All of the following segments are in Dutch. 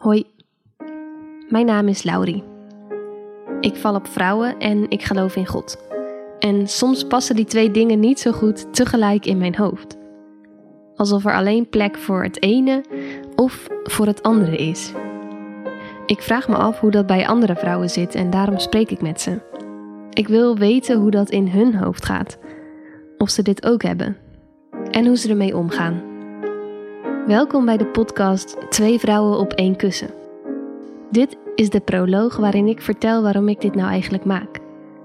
Hoi, mijn naam is Laurie. Ik val op vrouwen en ik geloof in God. En soms passen die twee dingen niet zo goed tegelijk in mijn hoofd. Alsof er alleen plek voor het ene of voor het andere is. Ik vraag me af hoe dat bij andere vrouwen zit en daarom spreek ik met ze. Ik wil weten hoe dat in hun hoofd gaat. Of ze dit ook hebben. En hoe ze ermee omgaan. Welkom bij de podcast 2 vrouwen op 1 kussen. Dit is de proloog waarin ik vertel waarom ik dit nou eigenlijk maak.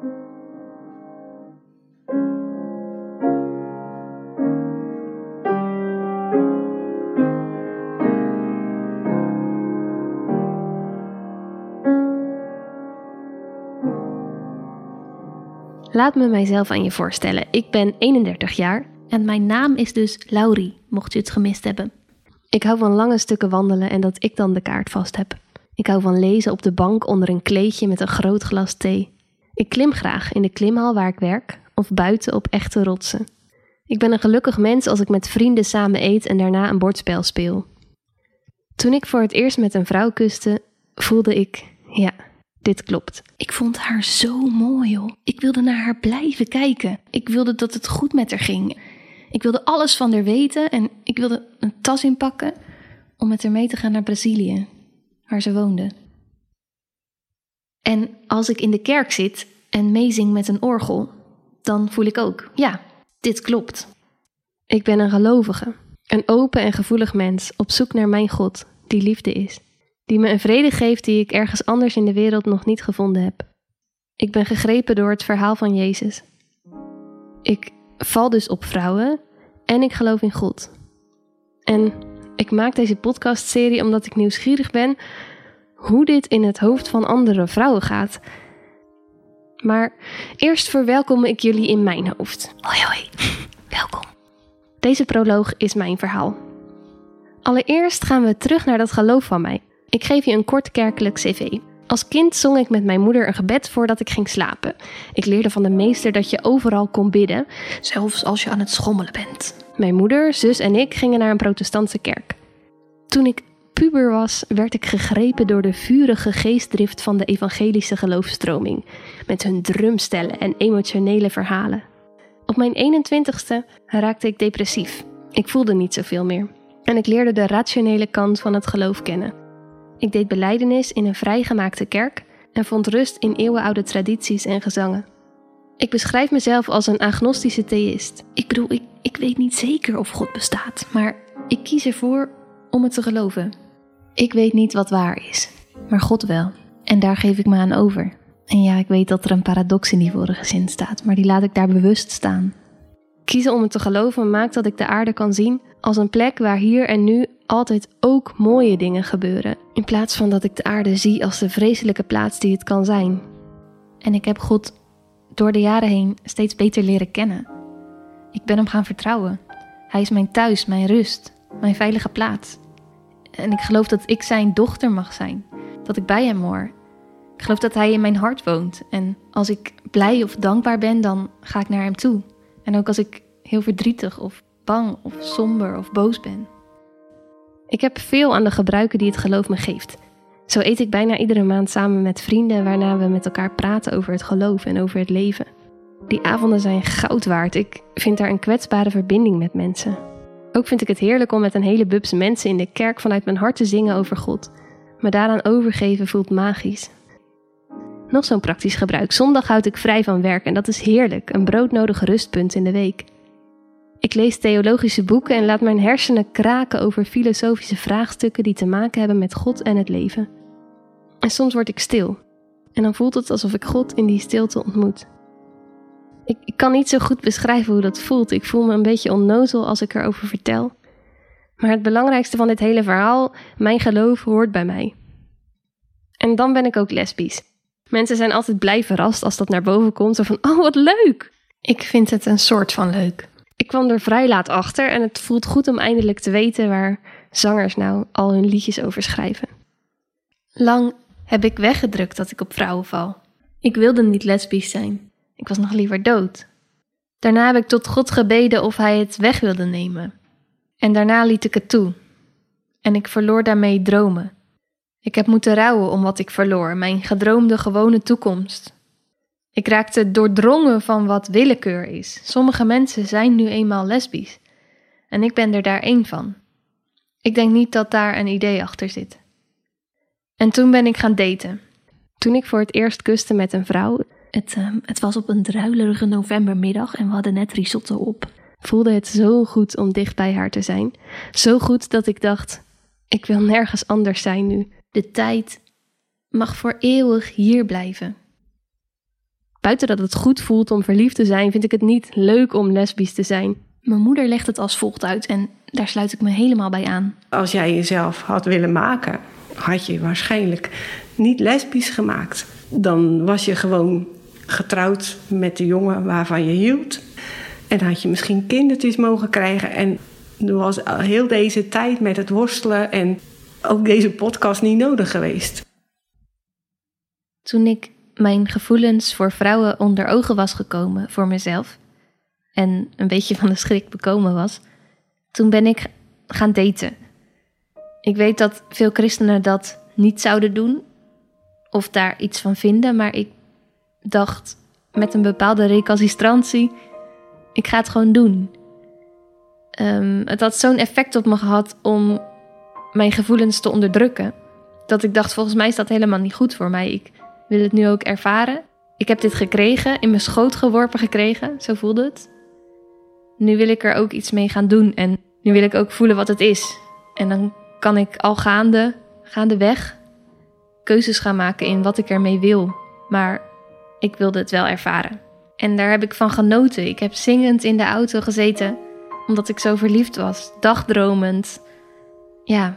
Laat me mijzelf aan je voorstellen. Ik ben 31 jaar. En mijn naam is dus Laurie, mocht je het gemist hebben. Ik hou van lange stukken wandelen en dat ik dan de kaart vast heb. Ik hou van lezen op de bank onder een kleedje met een groot glas thee. Ik klim graag in de klimhal waar ik werk of buiten op echte rotsen. Ik ben een gelukkig mens als ik met vrienden samen eet en daarna een bordspel speel. Toen ik voor het eerst met een vrouw kuste, voelde ik, ja, dit klopt. Ik vond haar zo mooi, joh. Ik wilde naar haar blijven kijken. Ik wilde dat het goed met haar ging. Ik wilde alles van haar weten en ik wilde een tas inpakken om met haar mee te gaan naar Brazilië, waar ze woonde. En als ik in de kerk zit en meezing met een orgel, dan voel ik ook, ja, dit klopt. Ik ben een gelovige, een open en gevoelig mens op zoek naar mijn God, die liefde is. Die me een vrede geeft die ik ergens anders in de wereld nog niet gevonden heb. Ik ben gegrepen door het verhaal van Jezus. Ik val dus op vrouwen en ik geloof in God. En ik maak deze podcastserie omdat ik nieuwsgierig ben hoe dit in het hoofd van andere vrouwen gaat. Maar eerst verwelkom ik jullie in mijn hoofd. Hoi hoi, welkom. Deze proloog is mijn verhaal. Allereerst gaan we terug naar dat geloof van mij. Ik geef je een kort kerkelijk cv. Als kind zong ik met mijn moeder een gebed voordat ik ging slapen. Ik leerde van de meester dat je overal kon bidden, Zelfs als je aan het schommelen bent. Mijn moeder, zus en ik gingen naar een protestantse kerk. Toen ik puber was, werd ik gegrepen door de vurige geestdrift van de evangelische geloofsstroming, met hun drumstellen en emotionele verhalen. Op mijn 21ste raakte ik depressief. Ik voelde niet zoveel meer. En ik leerde de rationele kant van het geloof kennen. Ik deed belijdenis in een vrijgemaakte kerk en vond rust in eeuwenoude tradities en gezangen. Ik beschrijf mezelf als een agnostische theïst. Ik bedoel, ik weet niet zeker of God bestaat, maar ik kies ervoor om het te geloven. Ik weet niet wat waar is, maar God wel. En daar geef ik me aan over. En ja, ik weet dat er een paradox in die vorige zin staat, maar die laat ik daar bewust staan. Kiezen om het te geloven maakt dat ik de aarde kan zien als een plek waar hier en nu altijd ook mooie dingen gebeuren. In plaats van dat ik de aarde zie als de vreselijke plaats die het kan zijn. En ik heb God door de jaren heen steeds beter leren kennen. Ik ben hem gaan vertrouwen. Hij is mijn thuis, mijn rust, mijn veilige plaats. En ik geloof dat ik zijn dochter mag zijn. Dat ik bij hem hoor. Ik geloof dat hij in mijn hart woont. En als ik blij of dankbaar ben, dan ga ik naar hem toe. En ook als ik heel verdrietig of bang of somber of boos ben. Ik heb veel aan de gebruiken die het geloof me geeft. Zo eet ik bijna iedere maand samen met vrienden waarna we met elkaar praten over het geloof en over het leven. Die avonden zijn goud waard. Ik vind daar een kwetsbare verbinding met mensen. Ook vind ik het heerlijk om met een hele bubs mensen in de kerk vanuit mijn hart te zingen over God. Me daaraan overgeven voelt magisch. Nog zo'n praktisch gebruik. Zondag houd ik vrij van werk en dat is heerlijk. Een broodnodig rustpunt in de week. Ik lees theologische boeken en laat mijn hersenen kraken over filosofische vraagstukken die te maken hebben met God en het leven. En soms word ik stil. En dan voelt het alsof ik God in die stilte ontmoet. Ik kan niet zo goed beschrijven hoe dat voelt. Ik voel me een beetje onnozel als ik erover vertel. Maar het belangrijkste van dit hele verhaal, mijn geloof hoort bij mij. En dan ben ik ook lesbisch. Mensen zijn altijd blij verrast als dat naar boven komt. Zo van, oh wat leuk! Ik vind het een soort van leuk. Ik kwam er vrij laat achter en het voelt goed om eindelijk te weten waar zangers nou al hun liedjes over schrijven. Lang heb ik weggedrukt dat ik op vrouwen val. Ik wilde niet lesbisch zijn. Ik was nog liever dood. Daarna heb ik tot God gebeden of hij het weg wilde nemen. En daarna liet ik het toe. En ik verloor daarmee dromen. Ik heb moeten rouwen om wat ik verloor, mijn gedroomde gewone toekomst. Ik raakte doordrongen van wat willekeur is. Sommige mensen zijn nu eenmaal lesbisch. En ik ben er daar één van. Ik denk niet dat daar een idee achter zit. En toen ben ik gaan daten. Toen ik voor het eerst kuste met een vrouw, Het was op een druilerige novembermiddag en we hadden net risotto op. voelde het zo goed om dicht bij haar te zijn. Zo goed dat ik dacht, ik wil nergens anders zijn nu. De tijd mag voor eeuwig hier blijven. Buiten dat het goed voelt om verliefd te zijn, vind ik het niet leuk om lesbisch te zijn. Mijn moeder legt het als volgt uit en daar sluit ik me helemaal bij aan. Als jij jezelf had willen maken, had je waarschijnlijk niet lesbisch gemaakt. Dan was je gewoon getrouwd met de jongen waarvan je hield. En had je misschien kindertjes mogen krijgen. En er was heel deze tijd met het worstelen en ook deze podcast niet nodig geweest. Toen ik mijn gevoelens voor vrouwen onder ogen was gekomen voor mezelf en een beetje van de schrik bekomen was, toen ben ik gaan daten. Ik weet dat veel christenen dat niet zouden doen of daar iets van vinden, maar ik dacht met een bepaalde recalcitrantie, ik ga het gewoon doen. Het had zo'n effect op me gehad om mijn gevoelens te onderdrukken, dat ik dacht, volgens mij is dat helemaal niet goed voor mij. Ik wil het nu ook ervaren. Ik heb dit gekregen, in mijn schoot geworpen gekregen, zo voelde het. Nu wil ik er ook iets mee gaan doen en nu wil ik ook voelen wat het is. En dan kan ik al gaandeweg keuzes gaan maken in wat ik ermee wil. Maar ik wilde het wel ervaren. En daar heb ik van genoten. Ik heb zingend in de auto gezeten, omdat ik zo verliefd was. Dagdromend. Ja.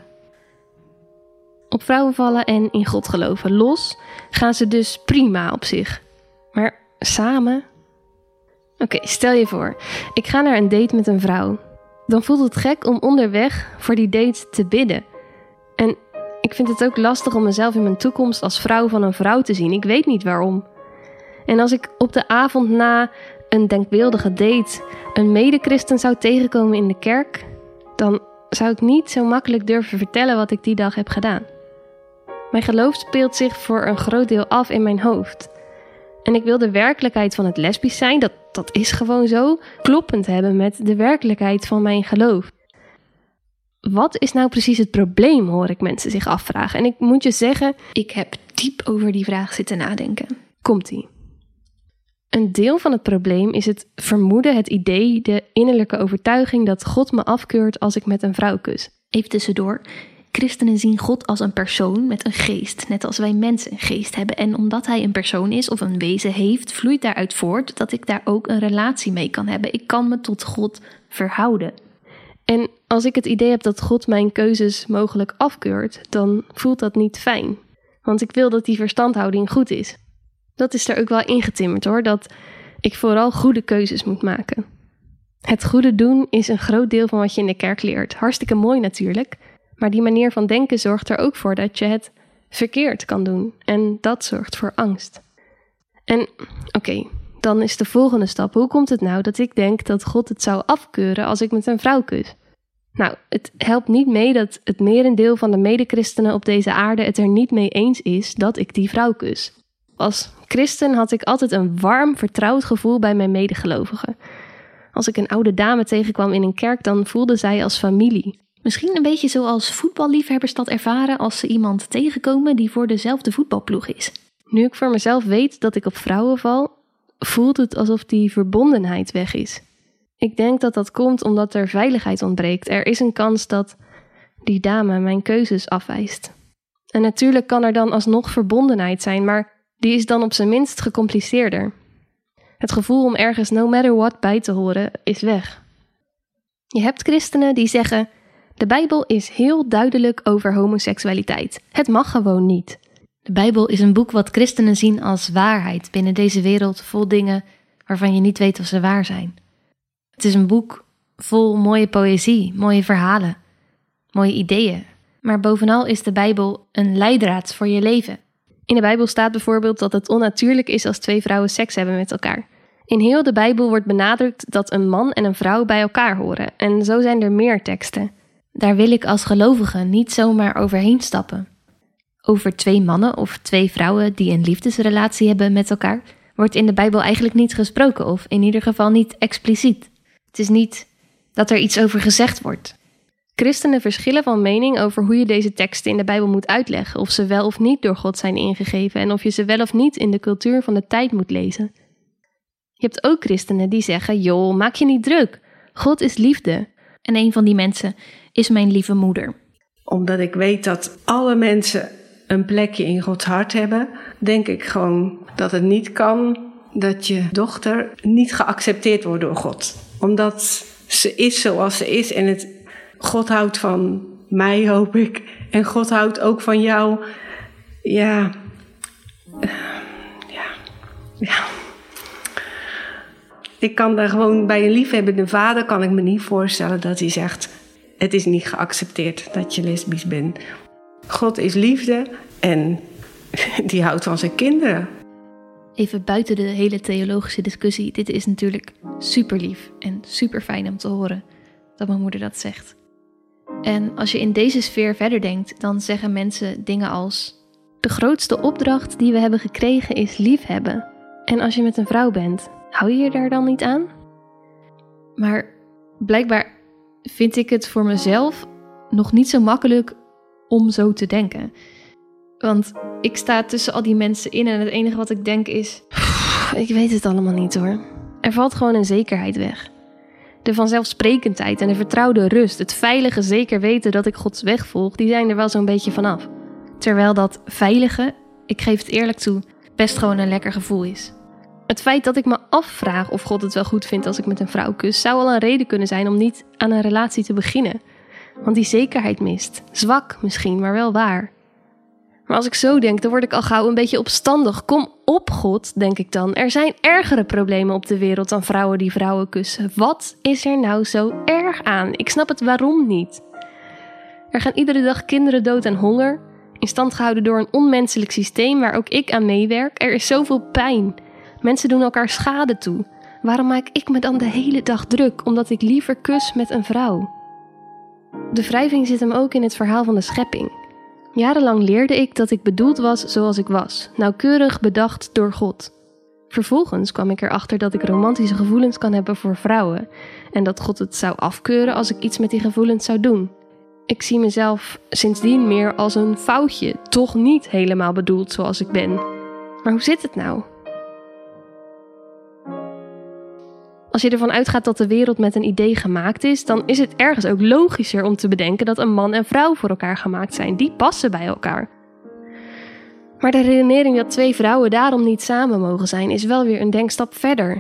Op vrouwen vallen en in God geloven los gaan ze dus prima op zich. Maar samen? Oké, stel je voor, ik ga naar een date met een vrouw. Dan voelt het gek om onderweg voor die date te bidden. En ik vind het ook lastig om mezelf in mijn toekomst als vrouw van een vrouw te zien. Ik weet niet waarom. En als ik op de avond na een denkbeeldige date een medechristen zou tegenkomen in de kerk, dan zou ik niet zo makkelijk durven vertellen wat ik die dag heb gedaan. Mijn geloof speelt zich voor een groot deel af in mijn hoofd. En ik wil de werkelijkheid van het lesbisch zijn, dat is gewoon zo, kloppend hebben met de werkelijkheid van mijn geloof. Wat is nou precies het probleem, hoor ik mensen zich afvragen. En ik moet je zeggen, ik heb diep over die vraag zitten nadenken. Komt-ie. Een deel van het probleem is het vermoeden, het idee, de innerlijke overtuiging dat God me afkeurt als ik met een vrouw kus. Even tussendoor. Christenen zien God als een persoon met een geest, net als wij mensen een geest hebben. En omdat hij een persoon is of een wezen heeft, vloeit daaruit voort dat ik daar ook een relatie mee kan hebben. Ik kan me tot God verhouden. En als ik het idee heb dat God mijn keuzes mogelijk afkeurt, dan voelt dat niet fijn. Want ik wil dat die verstandhouding goed is. Dat is er ook wel ingetimmerd hoor, dat ik vooral goede keuzes moet maken. Het goede doen is een groot deel van wat je in de kerk leert. Hartstikke mooi natuurlijk. Maar die manier van denken zorgt er ook voor dat je het verkeerd kan doen. En dat zorgt voor angst. En oké, dan is de volgende stap. Hoe komt het nou dat ik denk dat God het zou afkeuren als ik met een vrouw kus? Nou, het helpt niet mee dat het merendeel van de medechristenen op deze aarde het er niet mee eens is dat ik die vrouw kus. Als christen had ik altijd een warm, vertrouwd gevoel bij mijn medegelovigen. Als ik een oude dame tegenkwam in een kerk, dan voelde zij als familie. Misschien een beetje zoals voetballiefhebbers dat ervaren als ze iemand tegenkomen die voor dezelfde voetbalploeg is. Nu ik voor mezelf weet dat ik op vrouwen val, voelt het alsof die verbondenheid weg is. Ik denk dat dat komt omdat er veiligheid ontbreekt. Er is een kans dat die dame mijn keuzes afwijst. En natuurlijk kan er dan alsnog verbondenheid zijn, maar die is dan op zijn minst gecompliceerder. Het gevoel om ergens no matter what bij te horen is weg. Je hebt christenen die zeggen, de Bijbel is heel duidelijk over homoseksualiteit. Het mag gewoon niet. De Bijbel is een boek wat christenen zien als waarheid binnen deze wereld vol dingen waarvan je niet weet of ze waar zijn. Het is een boek vol mooie poëzie, mooie verhalen, mooie ideeën. Maar bovenal is de Bijbel een leidraad voor je leven. In de Bijbel staat bijvoorbeeld dat het onnatuurlijk is als twee vrouwen seks hebben met elkaar. In heel de Bijbel wordt benadrukt dat een man en een vrouw bij elkaar horen. En zo zijn er meer teksten. Daar wil ik als gelovige niet zomaar overheen stappen. Over 2 mannen of 2 vrouwen die een liefdesrelatie hebben met elkaar wordt in de Bijbel eigenlijk niet gesproken, of in ieder geval niet expliciet. Het is niet dat er iets over gezegd wordt. Christenen verschillen van mening over hoe je deze teksten in de Bijbel moet uitleggen, of ze wel of niet door God zijn ingegeven en of je ze wel of niet in de cultuur van de tijd moet lezen. Je hebt ook christenen die zeggen, joh, maak je niet druk. God is liefde. En een van die mensen is mijn lieve moeder. Omdat ik weet dat alle mensen een plekje in Gods hart hebben, denk ik gewoon dat het niet kan dat je dochter niet geaccepteerd wordt door God. Omdat ze is zoals ze is en God houdt van mij, hoop ik. En God houdt ook van jou. Ja. Ik kan daar gewoon bij een liefhebbende vader kan ik me niet voorstellen dat hij zegt, het is niet geaccepteerd dat je lesbisch bent. God is liefde en die houdt van zijn kinderen. Even buiten de hele theologische discussie, dit is natuurlijk super lief en super fijn om te horen dat mijn moeder dat zegt. En als je in deze sfeer verder denkt, dan zeggen mensen dingen als, de grootste opdracht die we hebben gekregen is liefhebben. En als je met een vrouw bent, hou je daar dan niet aan? Maar blijkbaar vind ik het voor mezelf nog niet zo makkelijk om zo te denken. Want ik sta tussen al die mensen in en het enige wat ik denk is, ik weet het allemaal niet hoor. Er valt gewoon een zekerheid weg. De vanzelfsprekendheid en de vertrouwde rust, het veilige zeker weten dat ik Gods weg volg, die zijn er wel zo'n beetje vanaf. Terwijl dat veilige, ik geef het eerlijk toe, best gewoon een lekker gevoel is. Het feit dat ik me afvraag of God het wel goed vindt als ik met een vrouw kus, zou al een reden kunnen zijn om niet aan een relatie te beginnen. Want die zekerheid mist. Zwak misschien, maar wel waar. Maar als ik zo denk, dan word ik al gauw een beetje opstandig. Kom op, God, denk ik dan. Er zijn ergere problemen op de wereld dan vrouwen die vrouwen kussen. Wat is er nou zo erg aan? Ik snap het waarom niet. Er gaan iedere dag kinderen dood aan honger, in stand gehouden door een onmenselijk systeem waar ook ik aan meewerk. Er is zoveel pijn. Mensen doen elkaar schade toe. Waarom maak ik me dan de hele dag druk, omdat ik liever kus met een vrouw? De wrijving zit hem ook in het verhaal van de schepping. Jarenlang leerde ik dat ik bedoeld was zoals ik was, nauwkeurig bedacht door God. Vervolgens kwam ik erachter dat ik romantische gevoelens kan hebben voor vrouwen en dat God het zou afkeuren als ik iets met die gevoelens zou doen. Ik zie mezelf sindsdien meer als een foutje, toch niet helemaal bedoeld zoals ik ben. Maar hoe zit het nou? Als je ervan uitgaat dat de wereld met een idee gemaakt is, dan is het ergens ook logischer om te bedenken dat een man en vrouw voor elkaar gemaakt zijn. Die passen bij elkaar. Maar de redenering dat 2 vrouwen daarom niet samen mogen zijn, is wel weer een denkstap verder.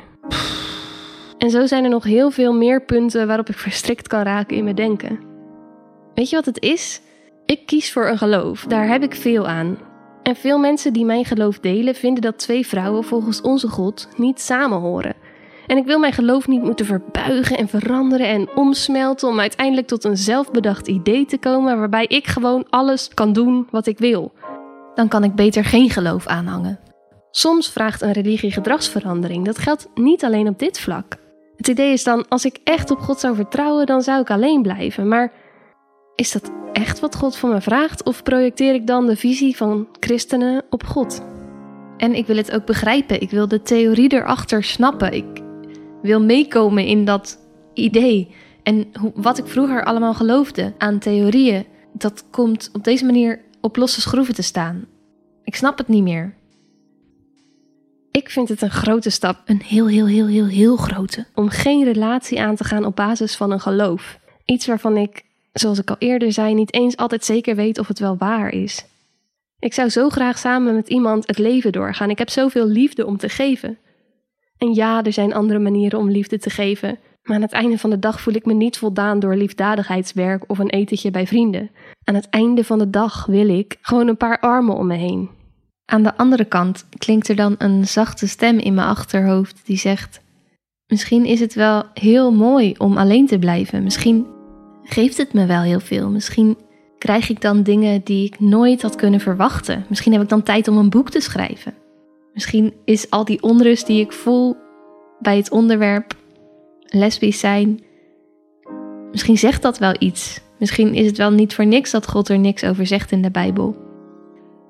En zo zijn er nog heel veel meer punten waarop ik verstrikt kan raken in mijn denken. Weet je wat het is? Ik kies voor een geloof, daar heb ik veel aan. En veel mensen die mijn geloof delen, vinden dat 2 vrouwen volgens onze God niet samen horen. En ik wil mijn geloof niet moeten verbuigen en veranderen en omsmelten om uiteindelijk tot een zelfbedacht idee te komen waarbij ik gewoon alles kan doen wat ik wil. Dan kan ik beter geen geloof aanhangen. Soms vraagt een religie gedragsverandering. Dat geldt niet alleen op dit vlak. Het idee is dan, als ik echt op God zou vertrouwen, dan zou ik alleen blijven. Maar is dat echt wat God van me vraagt? Of projecteer ik dan de visie van christenen op God? En ik wil het ook begrijpen. Ik wil de theorie erachter snappen. Ik wil meekomen in dat idee. En wat ik vroeger allemaal geloofde aan theorieën, dat komt op deze manier op losse schroeven te staan. Ik snap het niet meer. Ik vind het een grote stap, een heel grote, om geen relatie aan te gaan op basis van een geloof. Iets waarvan ik, zoals ik al eerder zei, niet eens altijd zeker weet of het wel waar is. Ik zou zo graag samen met iemand het leven doorgaan. Ik heb zoveel liefde om te geven. En ja, er zijn andere manieren om liefde te geven. Maar aan het einde van de dag voel ik me niet voldaan door liefdadigheidswerk of een etentje bij vrienden. Aan het einde van de dag wil ik gewoon een paar armen om me heen. Aan de andere kant klinkt er dan een zachte stem in mijn achterhoofd die zegt: misschien is het wel heel mooi om alleen te blijven. Misschien geeft het me wel heel veel. Misschien krijg ik dan dingen die ik nooit had kunnen verwachten. Misschien heb ik dan tijd om een boek te schrijven. Misschien is al die onrust die ik voel bij het onderwerp lesbisch zijn, misschien zegt dat wel iets. Misschien is het wel niet voor niks dat God er niks over zegt in de Bijbel.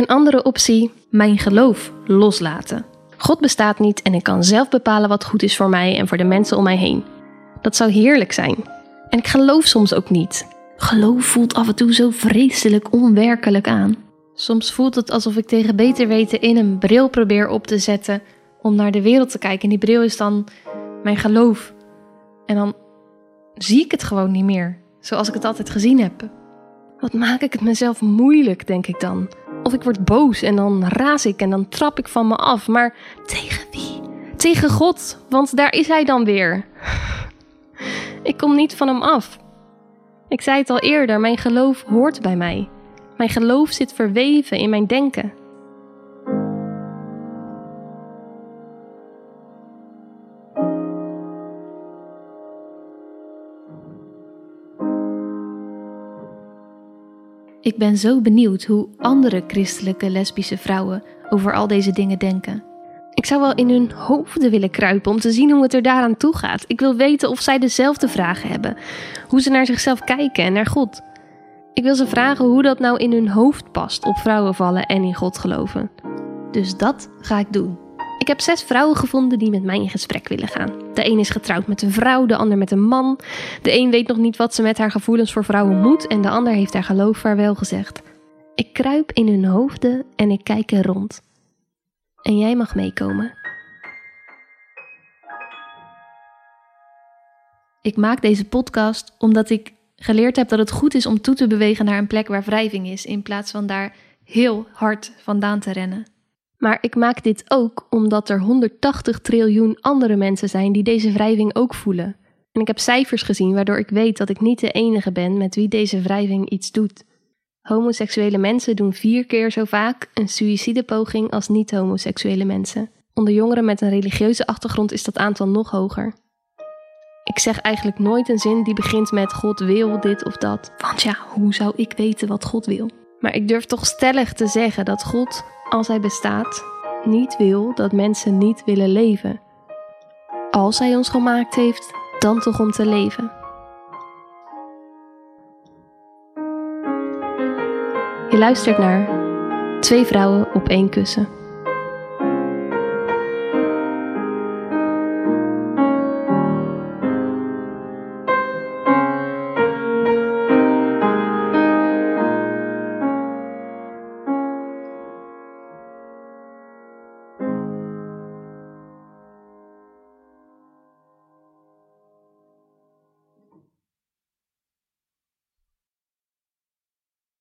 Een andere optie, mijn geloof loslaten. God bestaat niet en ik kan zelf bepalen wat goed is voor mij en voor de mensen om mij heen. Dat zou heerlijk zijn. En ik geloof soms ook niet. Geloof voelt af en toe zo vreselijk onwerkelijk aan. Soms voelt het alsof ik tegen beter weten in een bril probeer op te zetten om naar de wereld te kijken. En die bril is dan mijn geloof. En dan zie ik het gewoon niet meer, zoals ik het altijd gezien heb. Wat maak ik het mezelf moeilijk, denk ik dan. Of ik word boos en dan raas ik en dan trap ik van me af. Maar tegen wie? Tegen God, want daar is hij dan weer. Ik kom niet van hem af. Ik zei het al eerder, mijn geloof hoort bij mij. Mijn geloof zit verweven in mijn denken. Ik ben zo benieuwd hoe andere christelijke lesbische vrouwen over al deze dingen denken. Ik zou wel in hun hoofden willen kruipen om te zien hoe het er daaraan toe gaat. Ik wil weten of zij dezelfde vragen hebben. Hoe ze naar zichzelf kijken en naar God. Ik wil ze vragen hoe dat nou in hun hoofd past op vrouwen vallen en in God geloven. Dus dat ga ik doen. Ik heb 6 vrouwen gevonden die met mij in gesprek willen gaan. De een is getrouwd met een vrouw, de ander met een man. De een weet nog niet wat ze met haar gevoelens voor vrouwen moet en de ander heeft haar geloof vaarwel gezegd. Ik kruip in hun hoofden en ik kijk er rond. En jij mag meekomen. Ik maak deze podcast omdat ik geleerd heb dat het goed is om toe te bewegen naar een plek waar wrijving is, in plaats van daar heel hard vandaan te rennen. Maar ik maak dit ook omdat er 180 triljoen andere mensen zijn die deze wrijving ook voelen. En ik heb cijfers gezien waardoor ik weet dat ik niet de enige ben met wie deze wrijving iets doet. Homoseksuele mensen doen 4 keer zo vaak een suïcidepoging als niet-homoseksuele mensen. Onder jongeren met een religieuze achtergrond is dat aantal nog hoger. Ik zeg eigenlijk nooit een zin die begint met God wil dit of dat. Want ja, hoe zou ik weten wat God wil? Maar ik durf toch stellig te zeggen dat God, als hij bestaat, niet wil dat mensen niet willen leven. Als hij ons gemaakt heeft, dan toch om te leven. Je luistert naar 2 vrouwen op 1 kussen.